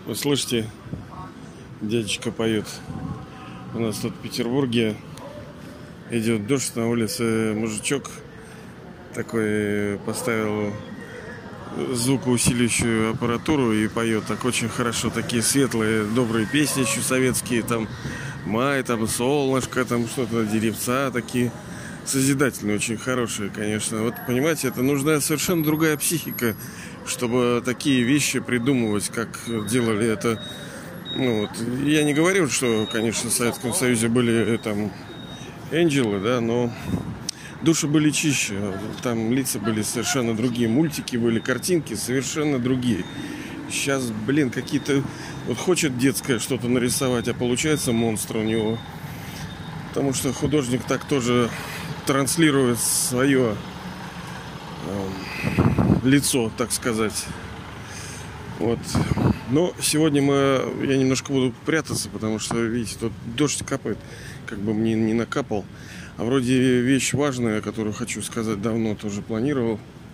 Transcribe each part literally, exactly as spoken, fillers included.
Вы слышите, дядечка поет. У нас тут в Петербурге идет дождь, на улице мужичок такой поставил звукоусиливающую аппаратуру и поет так очень хорошо. Такие светлые, добрые песни еще советские, там май, там солнышко, там что-то, деревца такие. Созидательные, очень хорошие, конечно. Вот, понимаете, это нужна совершенно другая психика, чтобы такие вещи придумывать, как делали это. Ну, вот. Я не говорю, что, конечно, в Советском Союзе были там ангелы, да, но души были чище. Там лица были совершенно другие, мультики были, картинки совершенно другие. Сейчас, блин, какие-то... Вот хочет детское что-то нарисовать, а получается монстр у него. Потому что художник так тоже транслирует свое э, лицо, так сказать. Вот. Но сегодня мы, я немножко буду прятаться, потому что, видите, тут дождь капает, как бы мне не накапал. А вроде вещь важная, которую хочу сказать, давно тоже планировал.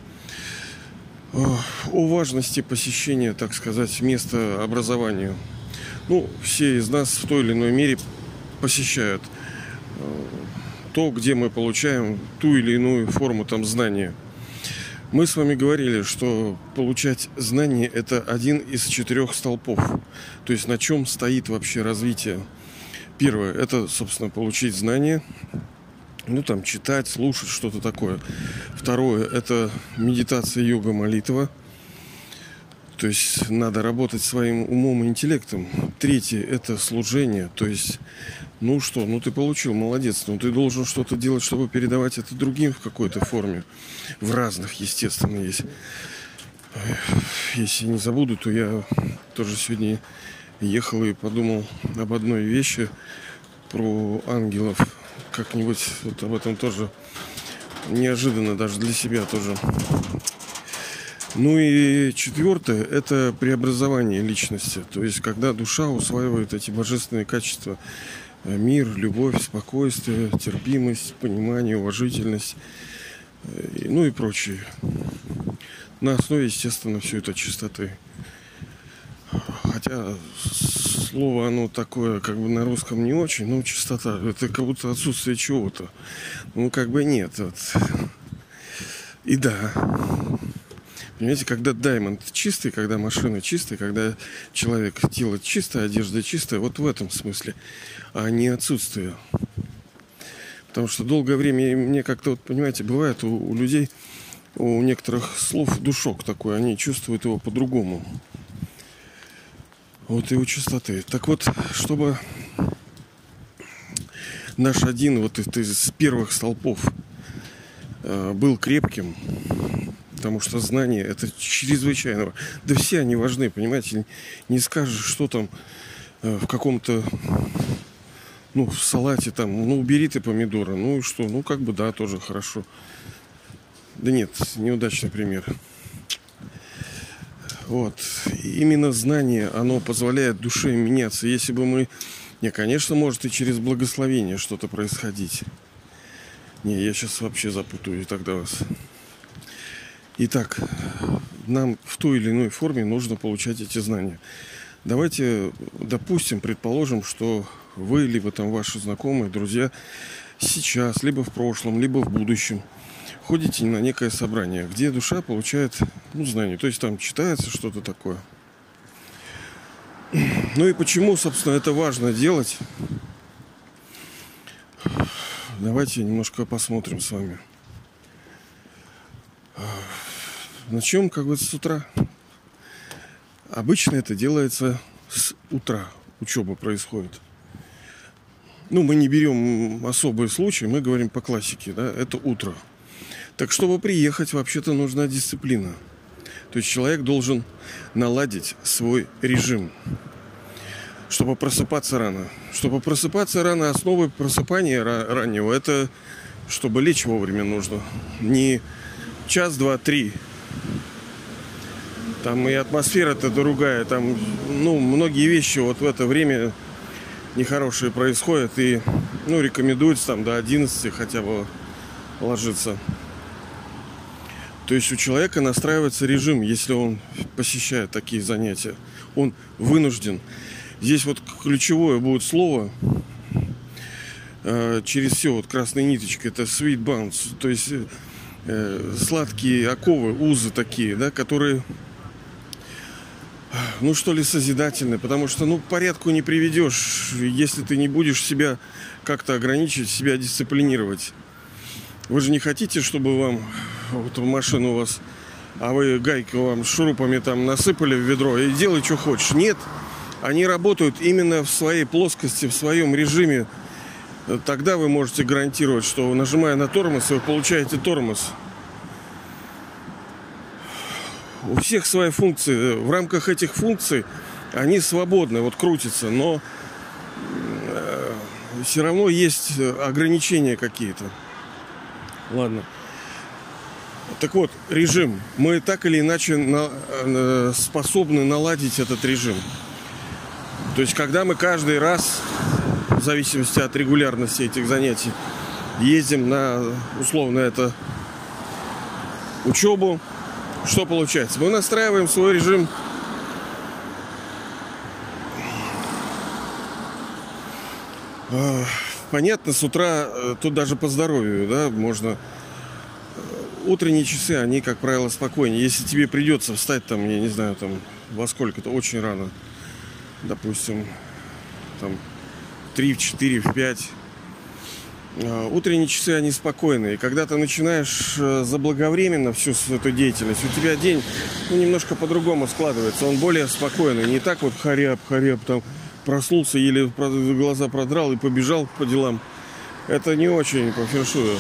О, о важности посещения, так сказать, места образования. Ну, все из нас в той или иной мере посещают то, где мы получаем ту или иную форму там знания. Мы с вами говорили, что получать знания – это один из четырех столпов. То есть на чем стоит вообще развитие. Первое – это, собственно, получить знания. Ну, там, читать, слушать, что-то такое. Второе – это медитация, йога, молитва. То есть надо работать своим умом и интеллектом. Третье – это служение. То есть, ну что, ну ты получил, молодец. Но ты должен что-то делать, чтобы передавать это другим в какой-то форме. В разных, естественно, есть. Если не забуду, то я тоже сегодня ехал и подумал об одной вещи про ангелов. Как-нибудь вот об этом тоже неожиданно даже для себя тоже. Ну и четвертое – это преобразование личности. То есть, когда душа усваивает эти божественные качества: мир, любовь, спокойствие, терпимость, понимание, уважительность, ну и прочее. На основе, естественно, все это чистоты. Хотя слово оно такое, как бы на русском не очень, но чистота – это как будто отсутствие чего-то. Ну, как бы нет. Вот. И да. Понимаете, когда даймонд чистый, когда машина чистая, когда человек, тело чистое, одежда чистая, вот в этом смысле, а не отсутствие. Потому что долгое время мне как-то, вот, понимаете, бывает у, у людей, у некоторых слов душок такой, они чувствуют его по-другому. Вот и у чистоты. Так вот, чтобы наш один вот из первых столпов э, был крепким, потому что знания – это чрезвычайно. Да все они важны, понимаете. Не скажешь, что там э, в каком-то, ну, в салате там, ну, убери ты помидоры, ну и что, ну, как бы, да, тоже хорошо. Да нет, неудачный пример. Вот. Именно знание, оно позволяет душе меняться. Если бы мы... Не, конечно, может и через благословение что-то происходить. Не, я сейчас вообще запутаю и тогда вас. Итак, нам в той или иной форме нужно получать эти знания. Давайте, допустим, предположим, что вы, либо там ваши знакомые, друзья, сейчас, либо в прошлом, либо в будущем ходите на некое собрание, где душа получает, ну, знания. То есть там читается что-то такое. Ну и почему, собственно, это важно делать? Давайте немножко посмотрим с вами. Начнем, как бы, с утра. Обычно это делается с утра. Учеба происходит. Ну, мы не берем особые случаи, мы говорим по классике, да, это утро. Так, чтобы приехать, вообще-то нужна дисциплина. То есть человек должен наладить свой режим, чтобы просыпаться рано. Чтобы просыпаться рано, основой просыпания раннего – это чтобы лечь вовремя нужно. Не час, два, три. Там и атмосфера-то другая. Там, ну, многие вещи вот в это время нехорошие происходят. И, ну, рекомендуется там до одиннадцати хотя бы ложиться. То есть у человека настраивается режим, если он посещает такие занятия. Он вынужден. Здесь вот ключевое будет слово э, через все, вот красной ниточкой, это sweet bonds, то есть э, сладкие оковы, узы такие, да, которые, ну что ли, созидательны, потому что, ну, порядку не приведешь, если ты не будешь себя как-то ограничивать, себя дисциплинировать. Вы же не хотите, чтобы вам вот машину у вас, а вы гайки вам шурупами там насыпали в ведро и делай, что хочешь. Нет, они работают именно в своей плоскости, в своем режиме. Тогда вы можете гарантировать, что, нажимая на тормоз, вы получаете тормоз. У всех свои функции. В рамках этих функций они свободны, вот крутятся, но все равно есть ограничения какие-то. Ладно. Так вот, режим. Мы так или иначе на, способны наладить этот режим. То есть, когда мы каждый раз, в зависимости от регулярности этих занятий, ездим на, условно, это учебу, что получается? Мы настраиваем свой режим. Понятно, с утра, тут даже по здоровью, да, можно. Утренние часы, они, как правило, спокойнее. Если тебе придется встать там, я не знаю, там, во сколько-то, очень рано, допустим, там, в три, в четыре, в пять, утренние часы, они спокойные. И когда ты начинаешь заблаговременно всю эту деятельность, у тебя день, ну, немножко по-другому складывается. Он более спокойный. Не так вот харяб, харяб, там, проснулся, еле глаза продрал и побежал по делам. Это не очень по феншую.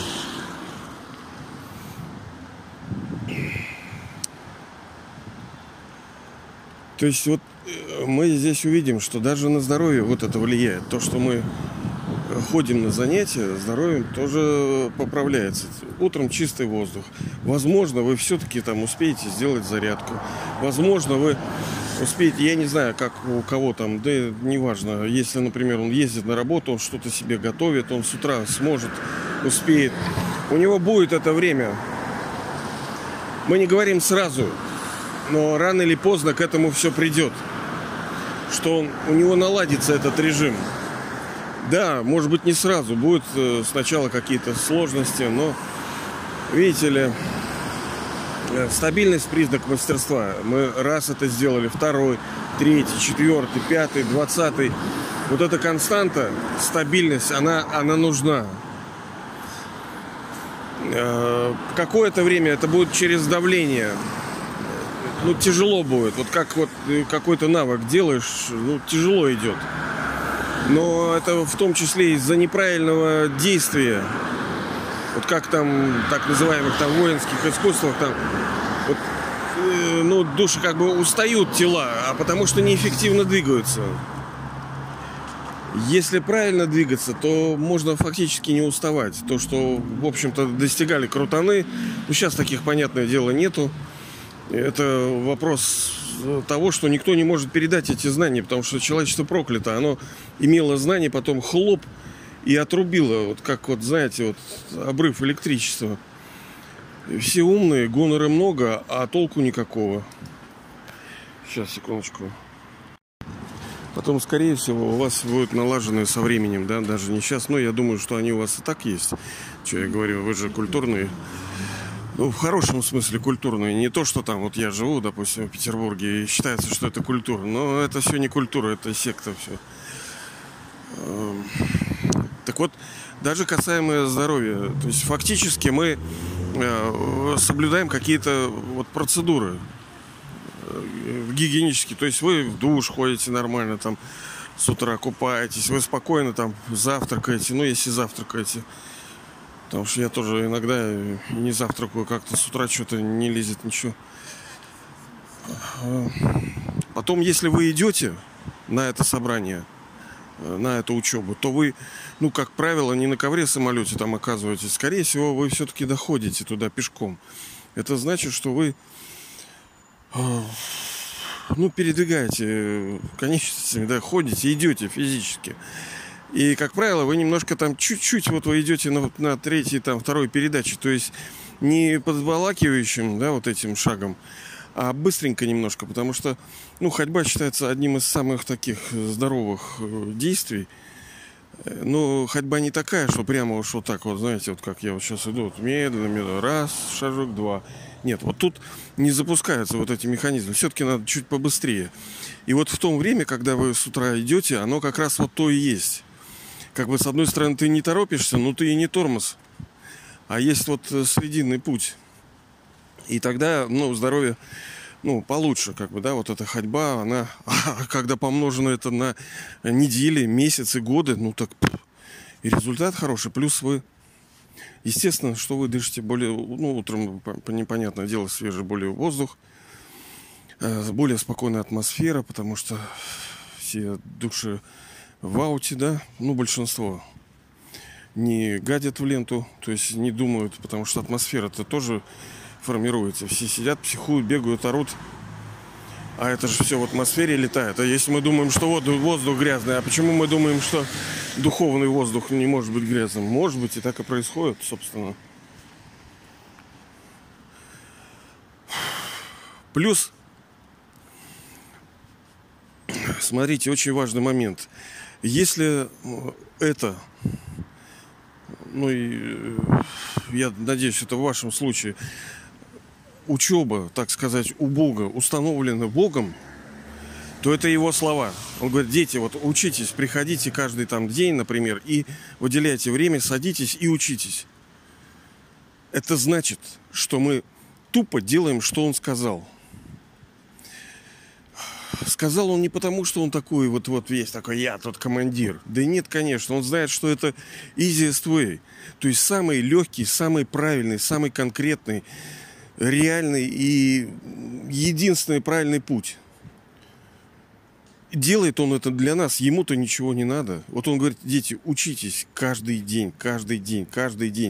То есть вот мы здесь увидим, что даже на здоровье вот это влияет. То, что мы ходим на занятия, здоровье тоже поправляется. Утром чистый воздух. Возможно, вы все-таки там успеете сделать зарядку. Возможно, вы успеете, я не знаю, как у кого там, да неважно. Если, например, он ездит на работу, он что-то себе готовит, он с утра сможет, успеет. У него будет это время. Мы не говорим сразу, но рано или поздно к этому все придет. Что он, у него наладится этот режим. Да, может быть, не сразу. Будут э, сначала какие-то сложности, но, видите ли, э, стабильность – признак мастерства. Мы раз это сделали, второй, третий, четвертый, пятый, двадцатый. Вот эта константа, стабильность, она, она нужна. Э, какое-то время это будет через давление. Ну, тяжело будет. Вот как вот какой-то навык делаешь, ну, тяжело идет. Но это в том числе из-за неправильного действия. Вот как там, так называемых там воинских искусствах, там, вот, э, ну, души как бы устают тела, а потому что неэффективно двигаются. Если правильно двигаться, то можно фактически не уставать. То, что, в общем-то, достигали крутаны, ну, сейчас таких, понятное дело, нету. Это вопрос того, что никто не может передать эти знания, потому что человечество проклято. Оно имело знания, потом хлоп и отрубило. Вот как, вот, знаете, вот обрыв электричества. Все умные, гонора много, а толку никакого. Сейчас, секундочку. Потом, скорее всего, у вас будут налажены со временем, да, даже не сейчас. Но я думаю, что они у вас и так есть. Что я говорю, вы же культурные. Ну, в хорошем смысле культурные. Не то, что там, вот я живу, допустим, в Петербурге, и считается, что это культура. Но это все не культура, это секта все. Так вот, даже касаемо здоровья. То есть, фактически мы соблюдаем какие-то вот процедуры гигиенические. То есть, вы в душ ходите нормально, там, с утра купаетесь, вы спокойно там завтракаете, ну, если завтракаете. Потому что я тоже иногда не завтракаю, как-то с утра что-то не лезет ничего. Потом, если вы идете на это собрание, на эту учебу, то вы, ну, как правило, не на ковре-самолете там оказываетесь. Скорее всего, вы все-таки доходите туда пешком. Это значит, что вы, ну, передвигаете конечностями, да, ходите, идете физически. И, как правило, вы немножко там чуть-чуть, вот вы идете на, на третьей, там, второй передаче. То есть не подволакивающим, да, вот этим шагом, а быстренько немножко, потому что, ну, ходьба считается одним из самых таких здоровых действий. Но ходьба не такая, что прямо уж вот так вот, знаете, вот как я вот сейчас иду, вот медленно, медленно, раз, шажок, два. Нет, вот тут не запускаются вот эти механизмы. Все-таки надо чуть побыстрее. И вот в то время, когда вы с утра идете, оно как раз вот то и есть. Как бы с одной стороны ты не торопишься, но ты и не тормоз. А есть вот срединный путь. И тогда, ну, здоровье, ну, получше, как бы, да, вот эта ходьба, она, а когда помножено это на недели, месяцы, годы, ну, так и результат хороший. Плюс вы, естественно, что вы дышите более, ну, утром, непонятное дело, свежий более воздух, более спокойная атмосфера, потому что все души в ауте, да, ну, большинство не гадят в ленту, то есть не думают, потому что атмосфера-то тоже формируется. Все сидят, психуют, бегают, орут. А это же все в атмосфере летает. А если мы думаем, что вот воздух грязный, а почему мы думаем, что духовный воздух не может быть грязным? Может быть, и так и происходит, собственно. Плюс, смотрите, очень важный момент. Если это, ну и я надеюсь, это в вашем случае, учеба, так сказать, у Бога установлена Богом, то это его слова. Он говорит: дети, вот учитесь, приходите каждый там день, например, и выделяйте время, садитесь и учитесь. Это значит, что мы тупо делаем, что он сказал. Сказал он не потому, что он такой вот, вот весь такой, я тут командир. Да нет, конечно, он знает, что это easiest way. То есть самый легкий, самый правильный, самый конкретный, реальный и единственный правильный путь. Делает он это для нас, ему-то ничего не надо. Вот он говорит: дети, учитесь каждый день, каждый день, каждый день.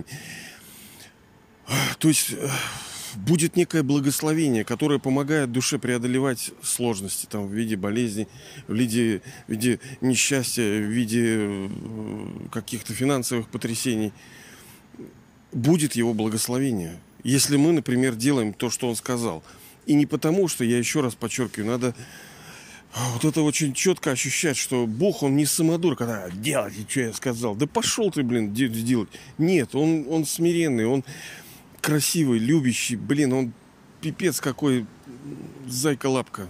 То есть будет некое благословение, которое помогает душе преодолевать сложности там, в виде болезней, в виде, в виде несчастья, в виде каких-то финансовых потрясений. Будет его благословение, если мы, например, делаем то, что он сказал. И не потому, что, я еще раз подчеркиваю, надо вот это очень четко ощущать, что Бог, он не самодур, когда делайте, что я сказал. Да пошел ты, блин, делать. Нет, он, он смиренный, он красивый, любящий, блин, он пипец какой зайка-лапка.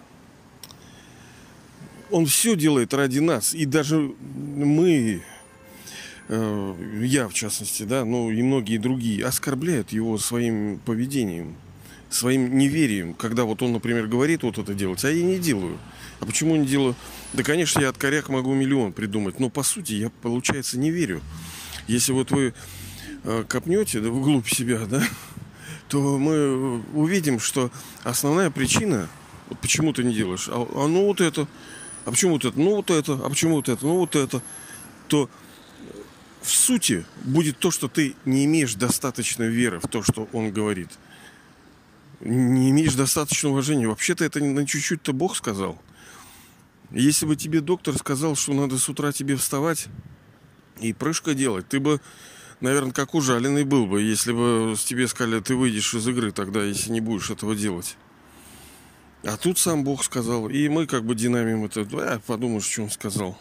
Он все делает ради нас. И даже мы, э, я в частности, да, ну и многие другие, оскорбляют его своим поведением, своим неверием. Когда вот он, например, говорит вот это делать, а я не делаю. А почему не делаю? Да, конечно, я от коряк могу миллион придумать, но по сути я, получается, не верю. Если вот вы копнете, да, вглубь себя, да, то мы увидим, что основная причина, вот почему ты не делаешь, а, а ну вот это, а почему вот это, ну вот это, а почему вот это, ну вот это, то в сути будет то, что ты не имеешь достаточно веры в то, что он говорит. Не имеешь достаточно уважения. Вообще-то это на чуть-чуть-то Бог сказал. Если бы тебе доктор сказал, что надо с утра тебе вставать и прыжка делать, ты бы, наверное, как ужаленный был бы, если бы тебе сказали: ты выйдешь из игры тогда, если не будешь этого делать. А тут сам Бог сказал, и мы как бы динамим это. А, подумаешь, что он сказал.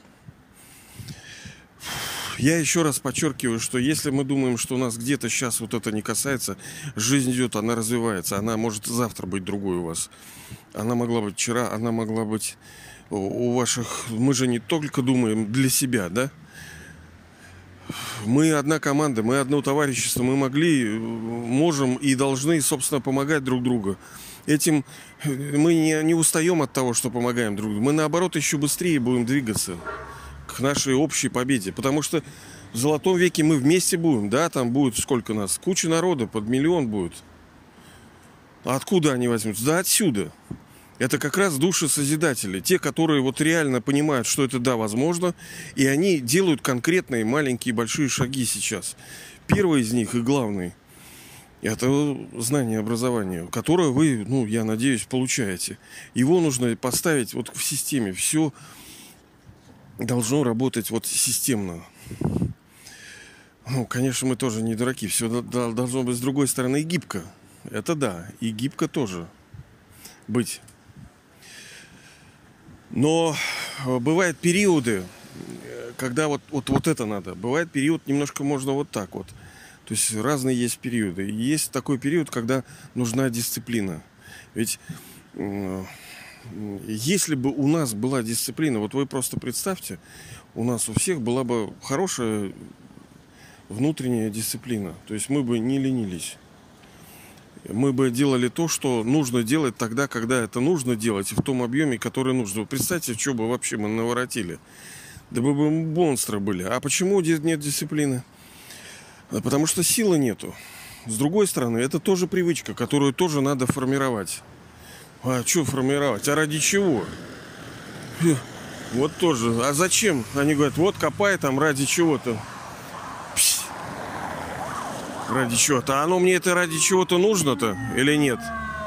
Я еще раз подчеркиваю, что если мы думаем, что у нас где-то сейчас вот это не касается, жизнь идет, она развивается, она может завтра быть другой у вас. Она могла быть вчера, она могла быть у ваших... Мы же не только думаем для себя, да? Мы одна команда, мы одно товарищество, мы могли, можем и должны, собственно, помогать друг другу. Этим мы не, не устаем от того, что помогаем друг другу. Мы, наоборот, еще быстрее будем двигаться к нашей общей победе. Потому что в золотом веке мы вместе будем, да, там будет сколько нас? Куча народа, под миллион будет. А откуда они возьмутся? Да отсюда. Это как раз души созидателей. Те, которые вот реально понимают, что это да, возможно. И они делают конкретные маленькие большие шаги сейчас. Первый из них и главный — это знание, образование, которое вы, ну, я надеюсь, получаете. Его нужно поставить вот в системе. Все должно работать вот системно. Ну, конечно, мы тоже не дураки. Все должно быть с другой стороны и гибко. Это да, и гибко тоже быть. Но бывают периоды, когда вот, вот, вот это надо. Бывает период, немножко можно вот так вот. То есть разные есть периоды. И есть такой период, когда нужна дисциплина. Ведь э, если бы у нас была дисциплина, вот вы просто представьте, у нас у всех была бы хорошая внутренняя дисциплина. То есть мы бы не ленились. Мы бы делали то, что нужно делать тогда, когда это нужно делать, и в том объеме, который нужно. Вы представьте, что бы вообще мы наворотили. Да мы бы монстры были. А почему нет дисциплины? Да потому что силы нету. С другой стороны, это тоже привычка, которую тоже надо формировать. А что формировать? А ради чего? Вот тоже. А зачем? Они говорят, вот копай там ради чего-то. Ради чего-то. А оно мне это ради чего-то нужно-то или нет?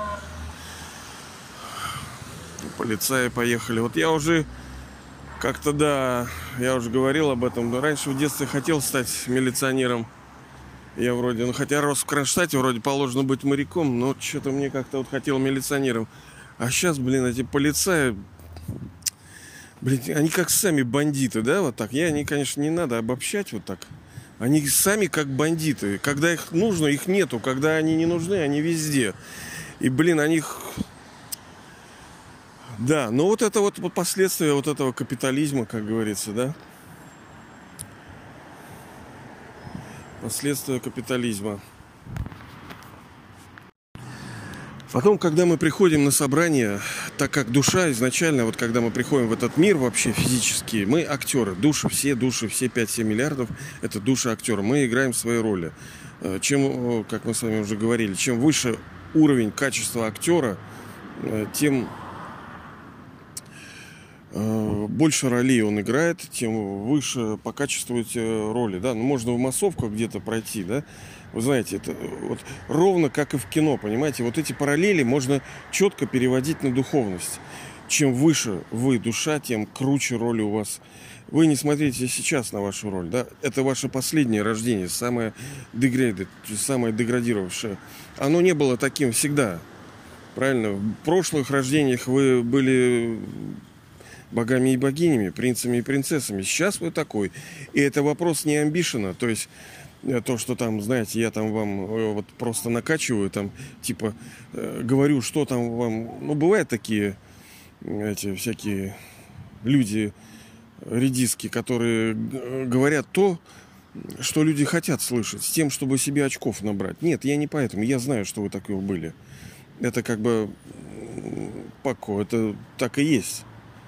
Полицаи поехали. Вот я уже как-то, да, я уже говорил об этом. Раньше в детстве хотел стать милиционером. Я вроде, ну хотя рос в Кронштадте, вроде положено быть моряком, но что-то мне как-то вот хотел милиционером. А сейчас, блин, эти полицаи, блин, они как сами бандиты, да, вот так. Я, они, конечно, не надо обобщать вот так. Они сами как бандиты. Когда их нужно, их нету. Когда они не нужны, они везде. И, блин, они... Да, но вот это вот последствия вот этого капитализма, как говорится, да? Последствия капитализма. Потом, когда мы приходим на собрание, так как душа изначально, вот когда мы приходим в этот мир вообще физически, мы актеры, души, все души, все пять-семь миллиардов, это души актера. Мы играем свои роли. Чем, как мы с вами уже говорили, чем выше уровень качества актера, тем больше ролей он играет, тем выше по качеству эти роли. Да? Ну, можно в массовку где-то пройти, да? Вы знаете, это вот ровно как и в кино, понимаете? Вот эти параллели можно четко переводить на духовность. Чем выше вы душа, тем круче роль у вас. Вы не смотрите сейчас на вашу роль, да? Это ваше последнее рождение, самое degraded, самое деградировавшее. Оно не было таким всегда, правильно? В прошлых рождениях вы были богами и богинями, принцами и принцессами. Сейчас вы такой. И это вопрос не амбишена, то есть то, что там, знаете, я там вам вот просто накачиваю, там, типа, э, говорю, что там вам... Ну, бывают такие, эти всякие люди, редиски, которые говорят то, что люди хотят слышать, с тем, чтобы себе очков набрать. Нет, я не поэтому. Я знаю, что вы такие были. Это как бы пако, это так и есть.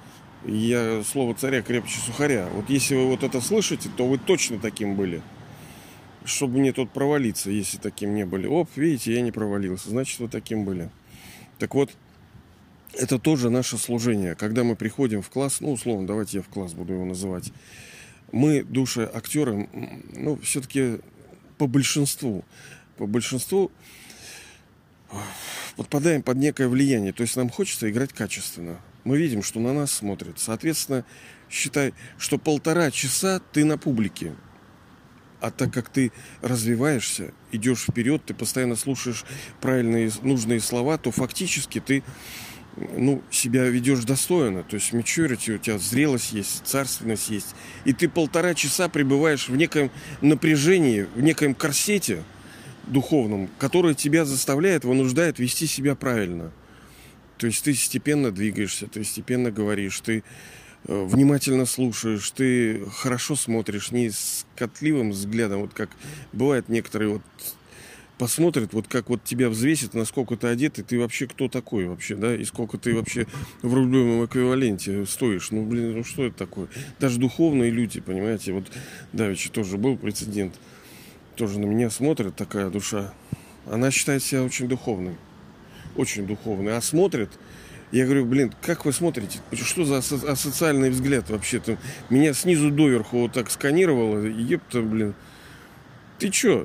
Я слово царя крепче сухаря. Вот если вы вот это слышите, то вы точно таким были. Чтобы мне тут провалиться, если таким не были. Оп, видите, я не провалился. Значит, вы таким были. Так вот, это тоже наше служение. Когда мы приходим в класс, ну, условно, давайте я в класс буду его называть. Мы, души актеры, ну, все-таки по большинству, по большинству подпадаем под некое влияние. То есть нам хочется играть качественно. Мы видим, что на нас смотрят. Соответственно, считай, что полтора часа ты на публике. А так как ты развиваешься, идешь вперед, ты постоянно слушаешь правильные, нужные слова, то фактически ты, ну, себя ведешь достойно. То есть maturity, у тебя зрелость есть, царственность есть. И ты полтора часа пребываешь в неком напряжении, в неком корсете духовном, которое тебя заставляет, вынуждает вести себя правильно. То есть ты степенно двигаешься, ты степенно говоришь, ты внимательно слушаешь, ты хорошо смотришь, не с котливым взглядом, вот как бывает некоторые вот посмотрят, вот как вот тебя взвесят, насколько ты одет, и ты вообще кто такой вообще, да, и сколько ты вообще в рублевом эквиваленте стоишь. Ну, блин, ну что это такое? Даже духовные люди, понимаете, вот давеча тоже был прецедент, тоже на меня смотрит такая душа, она считает себя очень духовной, очень духовной, а смотрит. Я говорю, блин, как вы смотрите? Что за асо- асоциальный взгляд вообще-то? Меня снизу доверху вот так сканировало. Епта, блин. Ты чё?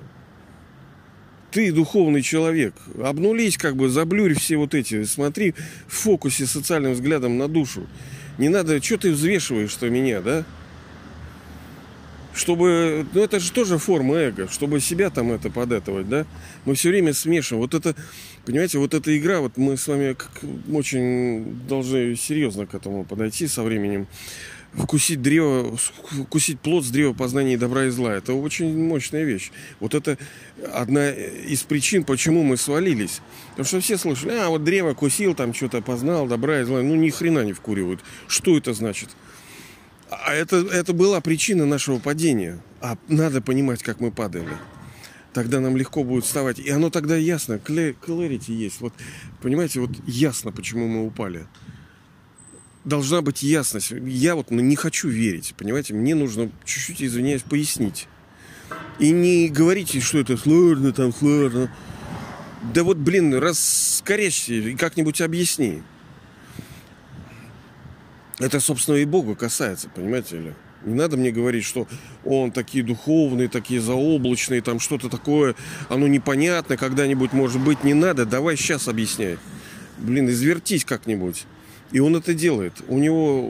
Ты духовный человек. Обнулись, как бы, заблюрь все вот эти. Смотри в фокусе социальным взглядом на душу. Не надо, что ты взвешиваешь-то меня, да? чтобы, ну это же тоже форма эго, чтобы себя там это подэтовать, да, мы все время смешиваем. Вот это, понимаете, вот эта игра, вот мы с вами как, очень должны серьезно к этому подойти со временем. Вкусить древо, вкусить плод с древа познания добра и зла. Это очень мощная вещь. Вот это одна из причин, почему мы свалились. Потому что все слышали, а вот древо кусил, там что-то познал, добра и зла. Ну ни хрена не вкуривают. Что это значит? А это, это была причина нашего падения. А надо понимать, как мы падали. Тогда нам легко будет вставать. И оно тогда ясно. Clarity есть. Вот, понимаете, вот ясно, почему мы упали. Должна быть ясность. Я вот не хочу верить, понимаете? Мне нужно чуть-чуть, извиняюсь, пояснить. И не говорите, что это сложно, там сложно. Да вот, блин, раскорячься и как-нибудь объясни. Это, собственно, и Бога касается, понимаете ли? Не надо мне говорить, что он такие духовные, такие заоблачные, там что-то такое, оно непонятно, когда-нибудь, может быть, не надо. Давай сейчас объясняй. Блин, извертись как-нибудь. И он это делает. У него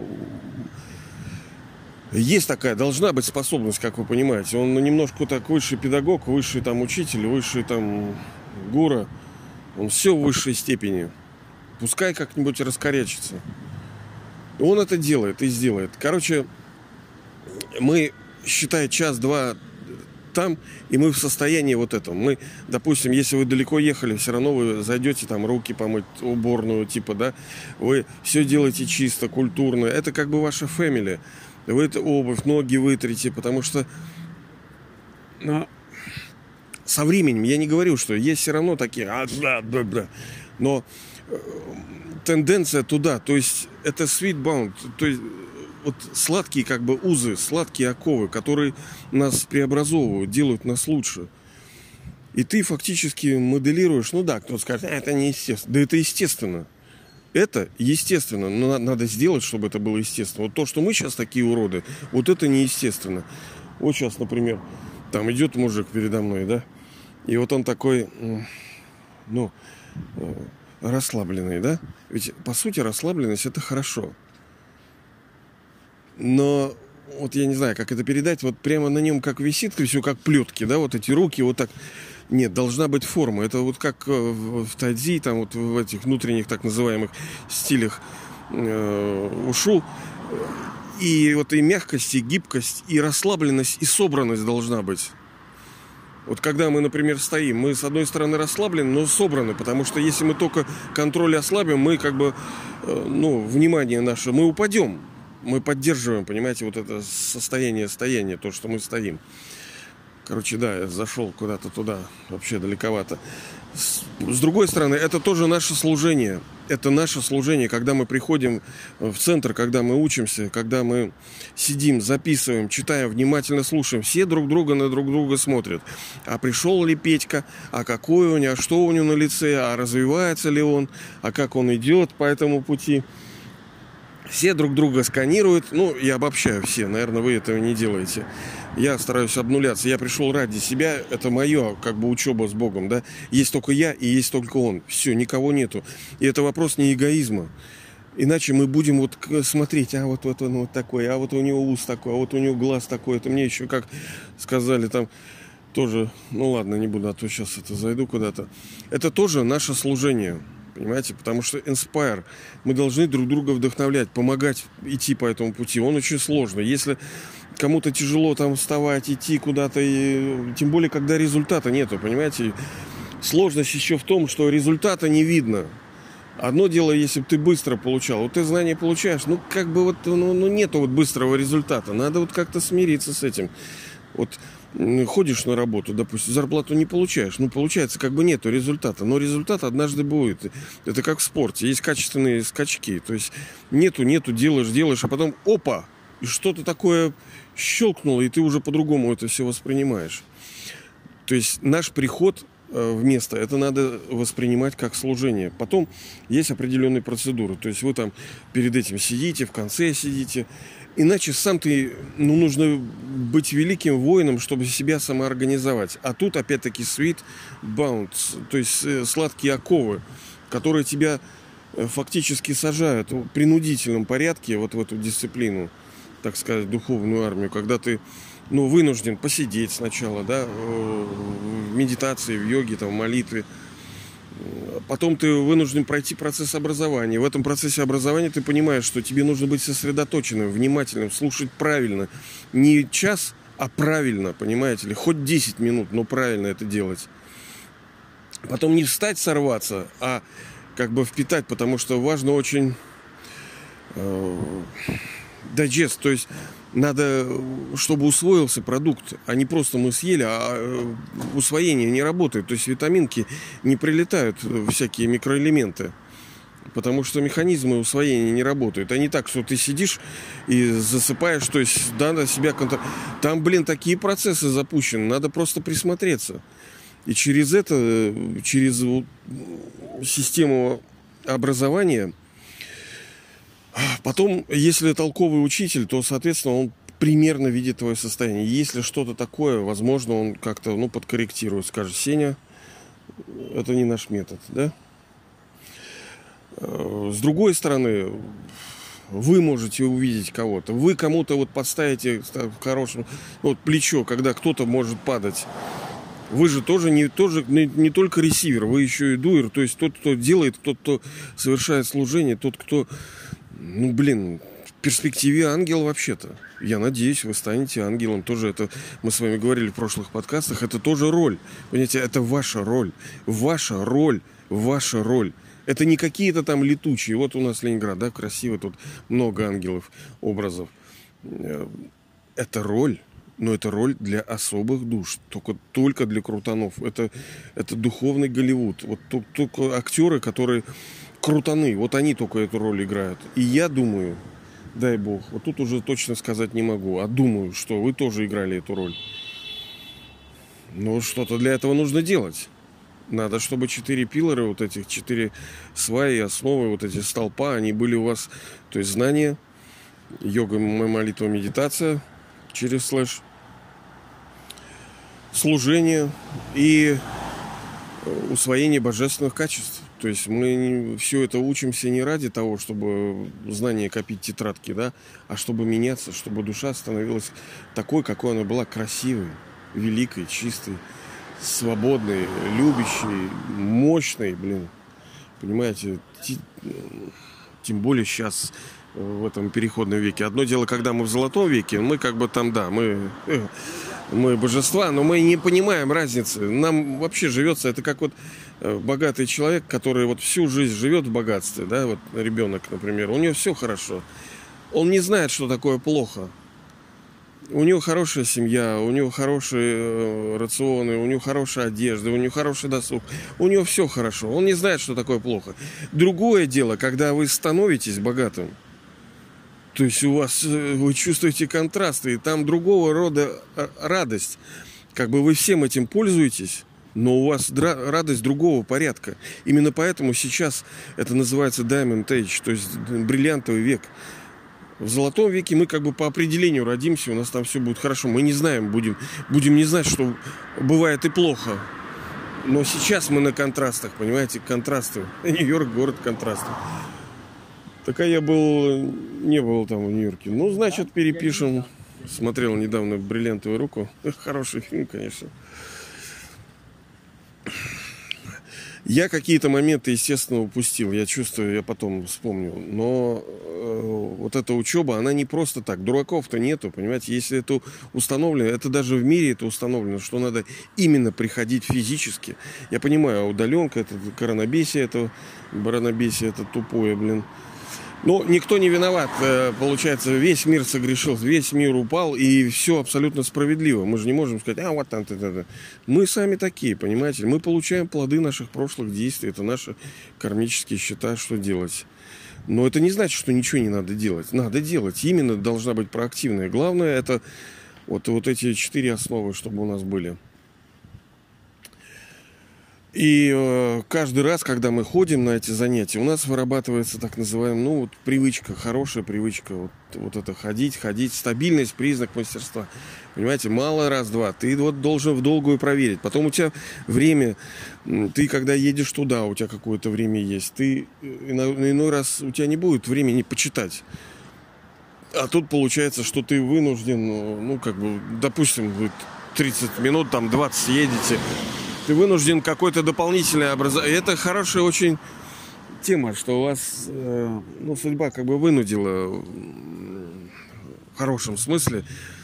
есть такая, должна быть способность, как вы понимаете. Он немножко так высший педагог, высший там учитель, высший там гуру. Он все в высшей степени. Пускай как-нибудь раскорячится. Он это делает и сделает. Короче, мы, считай, час-два там, и мы в состоянии вот этом. Мы, допустим, если вы далеко ехали, все равно вы зайдете там руки помыть, уборную, типа, да, вы все делаете чисто, культурно. Это как бы ваша фэмили. Вы это обувь, ноги вытрите, потому что ну, со временем, я не говорю, что есть все равно такие, а, да, да, да, но э, тенденция туда, то есть это sweet bound, то есть вот сладкие как бы узы, сладкие оковы, которые нас преобразовывают, делают нас лучше. И ты фактически моделируешь, ну да, кто-то скажет, а, это не естественно. Да это естественно. Это естественно, но надо сделать, чтобы это было естественно. Вот то, что мы сейчас такие уроды, вот это неестественно. Вот сейчас, например, там идет мужик передо мной, да, и вот он такой, ну, расслабленный, да. Ведь, по сути, расслабленность – это хорошо. Но вот я не знаю, как это передать, вот прямо на нем как висит, все как плетки, да, вот эти руки вот так. Нет, должна быть форма. Это вот как в тайцзи, там вот в этих внутренних так называемых стилях э, ушу. И вот и мягкость, и гибкость, и расслабленность, и собранность должна быть. Вот когда мы, например, стоим, мы с одной стороны расслаблены, но собраны, потому что если мы только контроль ослабим, мы как бы, э, ну, внимание наше, мы упадем. Мы поддерживаем, понимаете, вот это состояние стояния, то, что мы стоим. Короче, да, я зашел куда-то туда, вообще далековато. С, с другой стороны, это тоже наше служение. Это наше служение, когда мы приходим в центр, когда мы учимся, когда мы сидим, записываем, читаем, внимательно слушаем. Все друг друга на друг друга смотрят. А пришел ли Петька, а какой у него, а что у него на лице, а развивается ли он, а как он идет по этому пути. Все друг друга сканируют. Ну, я обобщаю все. Наверное, вы этого не делаете. Я стараюсь обнуляться. Я пришел ради себя. Это мое, как бы, учеба с Богом, да. Есть только я и есть только Он. Все, никого нету. И это вопрос не эгоизма. Иначе мы будем вот смотреть, а вот, вот он вот такой, а вот у него ус такой, а вот у него глаз такой. Это мне еще, как сказали там, тоже, ну ладно, не буду, а то сейчас это зайду куда-то. Это тоже наше служение. Понимаете, потому что inspire, мы должны друг друга вдохновлять, помогать идти по этому пути. Он очень сложный. Если кому-то тяжело там вставать, идти куда-то, и, тем более, когда результата нету, понимаете, сложность еще в том, что результата не видно. Одно дело, если бы ты быстро получал, вот ты знания получаешь, ну как бы вот, ну, ну нету вот быстрого результата, надо вот как-то смириться с этим. Вот ходишь на работу, допустим, зарплату не получаешь. Ну, получается, как бы нету результата. Но результат однажды будет. Это как в спорте. Есть качественные скачки. То есть нету, нету, делаешь, делаешь, а потом опа! И что-то такое щелкнуло, и ты уже по-другому это все воспринимаешь. То есть наш приход в место, это надо воспринимать как служение. Потом есть определенные процедуры. То есть вы там перед этим сидите, в конце сидите. Иначе сам ты, ну, нужно быть великим воином, чтобы себя самоорганизовать. А тут, опять-таки, sweet bounds, то есть сладкие оковы, которые тебя фактически сажают в принудительном порядке вот в эту дисциплину, так сказать, духовную армию, когда ты ну, вынужден посидеть сначала, да, в медитации, в йоге, там, в молитве. Потом ты вынужден пройти процесс образования. В этом процессе образования ты понимаешь, что тебе нужно быть сосредоточенным, внимательным, слушать правильно. Не час, а правильно, понимаете ли. Хоть десять минут, но правильно это делать. Потом не встать, сорваться, а как бы впитать, потому что важно очень э, дайджест, то есть надо, чтобы усвоился продукт, а не просто мы съели, а усвоение не работает. То есть витаминки не прилетают, всякие микроэлементы, потому что механизмы усвоения не работают. А не так, что ты сидишь и засыпаешь, то есть надо себя контролировать. Там, блин, такие процессы запущены, надо просто присмотреться. И через это, через систему образования, потом, если толковый учитель, то, соответственно, он примерно видит твое состояние. Если что-то такое, возможно, он как-то, ну, подкорректирует. Скажет: Сеня, это не наш метод, да? С другой стороны, вы можете увидеть кого-то. Вы кому-то вот подставите в хорошем, вот плечо, когда кто-то может падать. Вы же тоже не, тоже не, не только ресивер, вы еще и дуэр. То есть тот, кто делает, тот, кто совершает служение, тот, кто... Ну, блин, в перспективе ангел вообще-то. Я надеюсь, вы станете ангелом. Тоже это, мы с вами говорили в прошлых подкастах, это тоже роль. Понимаете, это ваша роль. Ваша роль. Ваша роль. Это не какие-то там летучие. Вот у нас Ленинград, да, красиво, тут много ангелов, образов. Это роль. Но это роль для особых душ. Только, только для крутанов. Это, это духовный Голливуд. Вот только актеры, которые... крутаны, вот они только эту роль играют. И я думаю, дай бог, вот тут уже точно сказать не могу, а думаю, что вы тоже играли эту роль. Но что-то для этого нужно делать. Надо, чтобы четыре пилора, вот этих четыре сваи, основы, вот эти столпа, они были у вас, то есть знания, йога, молитва, медитация через слэш, служение и усвоение божественных качеств. То есть мы все это учимся не ради того, чтобы знания копить тетрадки, да, а чтобы меняться, чтобы душа становилась такой, какой она была, красивой, великой, чистой, свободной, любящей, мощной, блин. Понимаете, тем более сейчас, в этом переходном веке. Одно дело, когда мы в золотом веке, мы как бы там, да, мы... Мы божества, но мы не понимаем разницы. Нам вообще живется, это как вот богатый человек, который вот всю жизнь живет в богатстве, да, вот ребенок, например, у него все хорошо. Он не знает, что такое плохо. У него хорошая семья, у него хорошие рационы, у него хорошая одежда, у него хороший досуг. У него все хорошо. Он не знает, что такое плохо. Другое дело, когда вы становитесь богатым. То есть у вас, вы чувствуете контрасты, и там другого рода радость. Как бы вы всем этим пользуетесь, но у вас радость другого порядка. Именно поэтому сейчас это называется Diamond Age, то есть бриллиантовый век. В золотом веке мы как бы по определению родимся, у нас там все будет хорошо. Мы не знаем, будем, будем не знать, что бывает и плохо. Но сейчас мы на контрастах, понимаете, контрасты. Нью-Йорк – город контрастов. Так а я был, не был там в Нью-Йорке. Ну, значит, перепишем. Смотрел недавно «Бриллиантовую руку». Хороший фильм, конечно. Я какие-то моменты, естественно, упустил. Я чувствую, я потом вспомню. Но э, вот эта учеба, она не просто так. Дураков-то нету, понимаете. Если это установлено, это даже в мире это установлено, что надо именно приходить физически. Я понимаю, удаленка, это коронабесие, это баранобесие, это тупое, блин. Но никто не виноват. Получается, весь мир согрешил, весь мир упал, и все абсолютно справедливо. Мы же не можем сказать, а вот там, там, мы сами такие, понимаете? Мы получаем плоды наших прошлых действий. Это наши кармические счета, что делать. Но это не значит, что ничего не надо делать. Надо делать. Именно должна быть проактивная. Главное, это вот, вот эти четыре основы, чтобы у нас были. И э, каждый раз, когда мы ходим на эти занятия, у нас вырабатывается так называемая, ну, вот привычка, хорошая привычка. Вот, вот это ходить, ходить. Стабильность – признак мастерства. Понимаете, мало раз-два. Ты вот должен в долгую проверить. Потом у тебя время, ты когда едешь туда, у тебя какое-то время есть. Ты на иной раз, у тебя не будет времени почитать. А тут получается, что ты вынужден, ну, как бы, допустим, вы тридцать минут, там, двадцать едете, ты вынужден какое-то дополнительное образование. Это хорошая очень тема, что у вас, э, ну, судьба как бы вынудила в хорошем смысле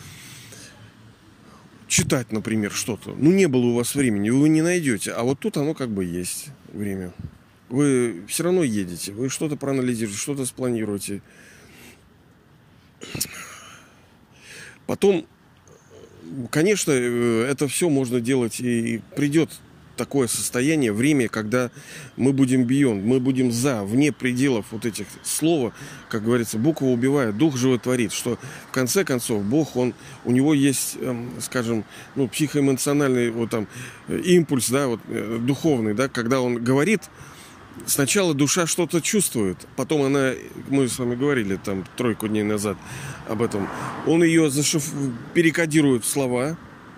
читать, например, что-то. Ну, не было у вас времени, вы не найдете. А вот тут оно как бы есть время. Вы все равно едете, вы что-то проанализируете, что-то спланируете. Потом, конечно, это все можно делать, и придет такое состояние, время, когда мы будем beyond, мы будем за, вне пределов вот этих слов, как говорится, буква убивает, дух животворит, что в конце концов Бог, он, у него есть, скажем, ну, психоэмоциональный вот там импульс, да, вот, духовный, да, когда он говорит, сначала душа что-то чувствует, потом она, мы с вами говорили там тройку дней назад об этом, он ее зашиф... перекодирует в слова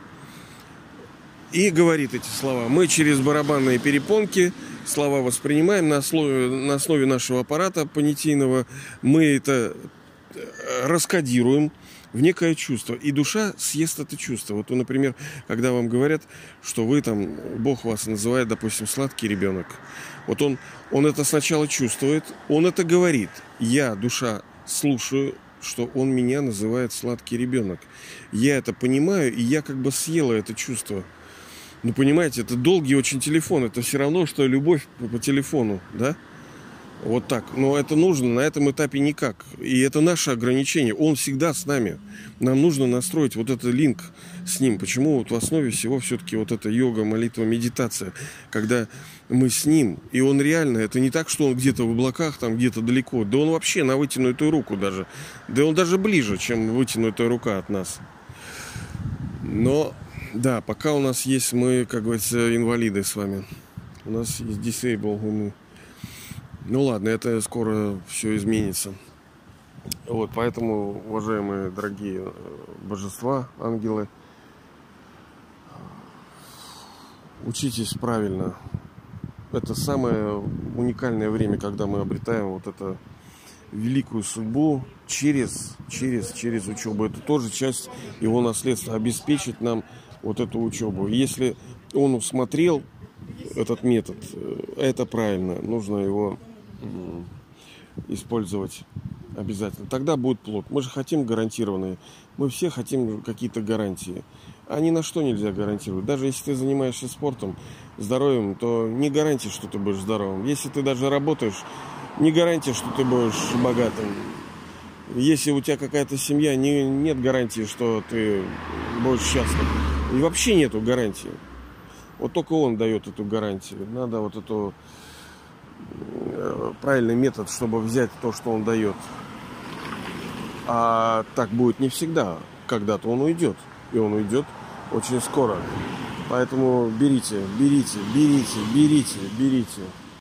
и говорит эти слова. Мы через барабанные перепонки слова воспринимаем на основе, на основе нашего аппарата понятийного, мы это раскодируем в некое чувство, и душа съест это чувство. Вот, например, когда вам говорят, что вы там, Бог вас называет, допустим, сладкий ребенок. Вот он, он это сначала чувствует, он это говорит. Я, душа, слушаю, что он меня называет сладкий ребенок. Я это понимаю, и я как бы съела это чувство. Ну, понимаете, это долгий очень телефон. Это все равно, что любовь по, по телефону, да? Вот так. Но это нужно на этом этапе никак. И это наше ограничение. Он всегда с нами. Нам нужно настроить вот этот линк с ним. Почему вот в основе всего все-таки вот эта йога, молитва, медитация. Когда мы с ним. И он реально, это не так, что он где-то в облаках, там где-то далеко. Да он вообще на вытянутую руку даже. Да он даже ближе, чем вытянутая рука от нас. Но, да, пока у нас есть мы, как говорится, инвалиды с вами. У нас есть disabled мы. Ну ладно, это скоро все изменится. Вот, поэтому, уважаемые дорогие божества, ангелы, учитесь правильно. Это самое уникальное время, когда мы обретаем вот эту великую судьбу через, через, через учебу. Это тоже часть его наследства, обеспечить нам вот эту учебу. Если он усмотрел этот метод, это правильно, нужно его использовать обязательно. Тогда будет плод. Мы же хотим гарантированные. Мы все хотим какие-то гарантии. А ни на что нельзя гарантировать. Даже если ты занимаешься спортом, здоровьем, то не гарантия, что ты будешь здоровым. Если ты даже работаешь, не гарантия, что ты будешь богатым. Если у тебя какая-то семья, не, нет гарантии, что ты будешь счастлив. И вообще нету гарантии. Вот только он дает эту гарантию. Надо вот эту правильный метод, чтобы взять то, что он дает. А так будет не всегда. Когда-то он уйдет. И он уйдет очень скоро. Поэтому берите, берите, берите, берите, берите.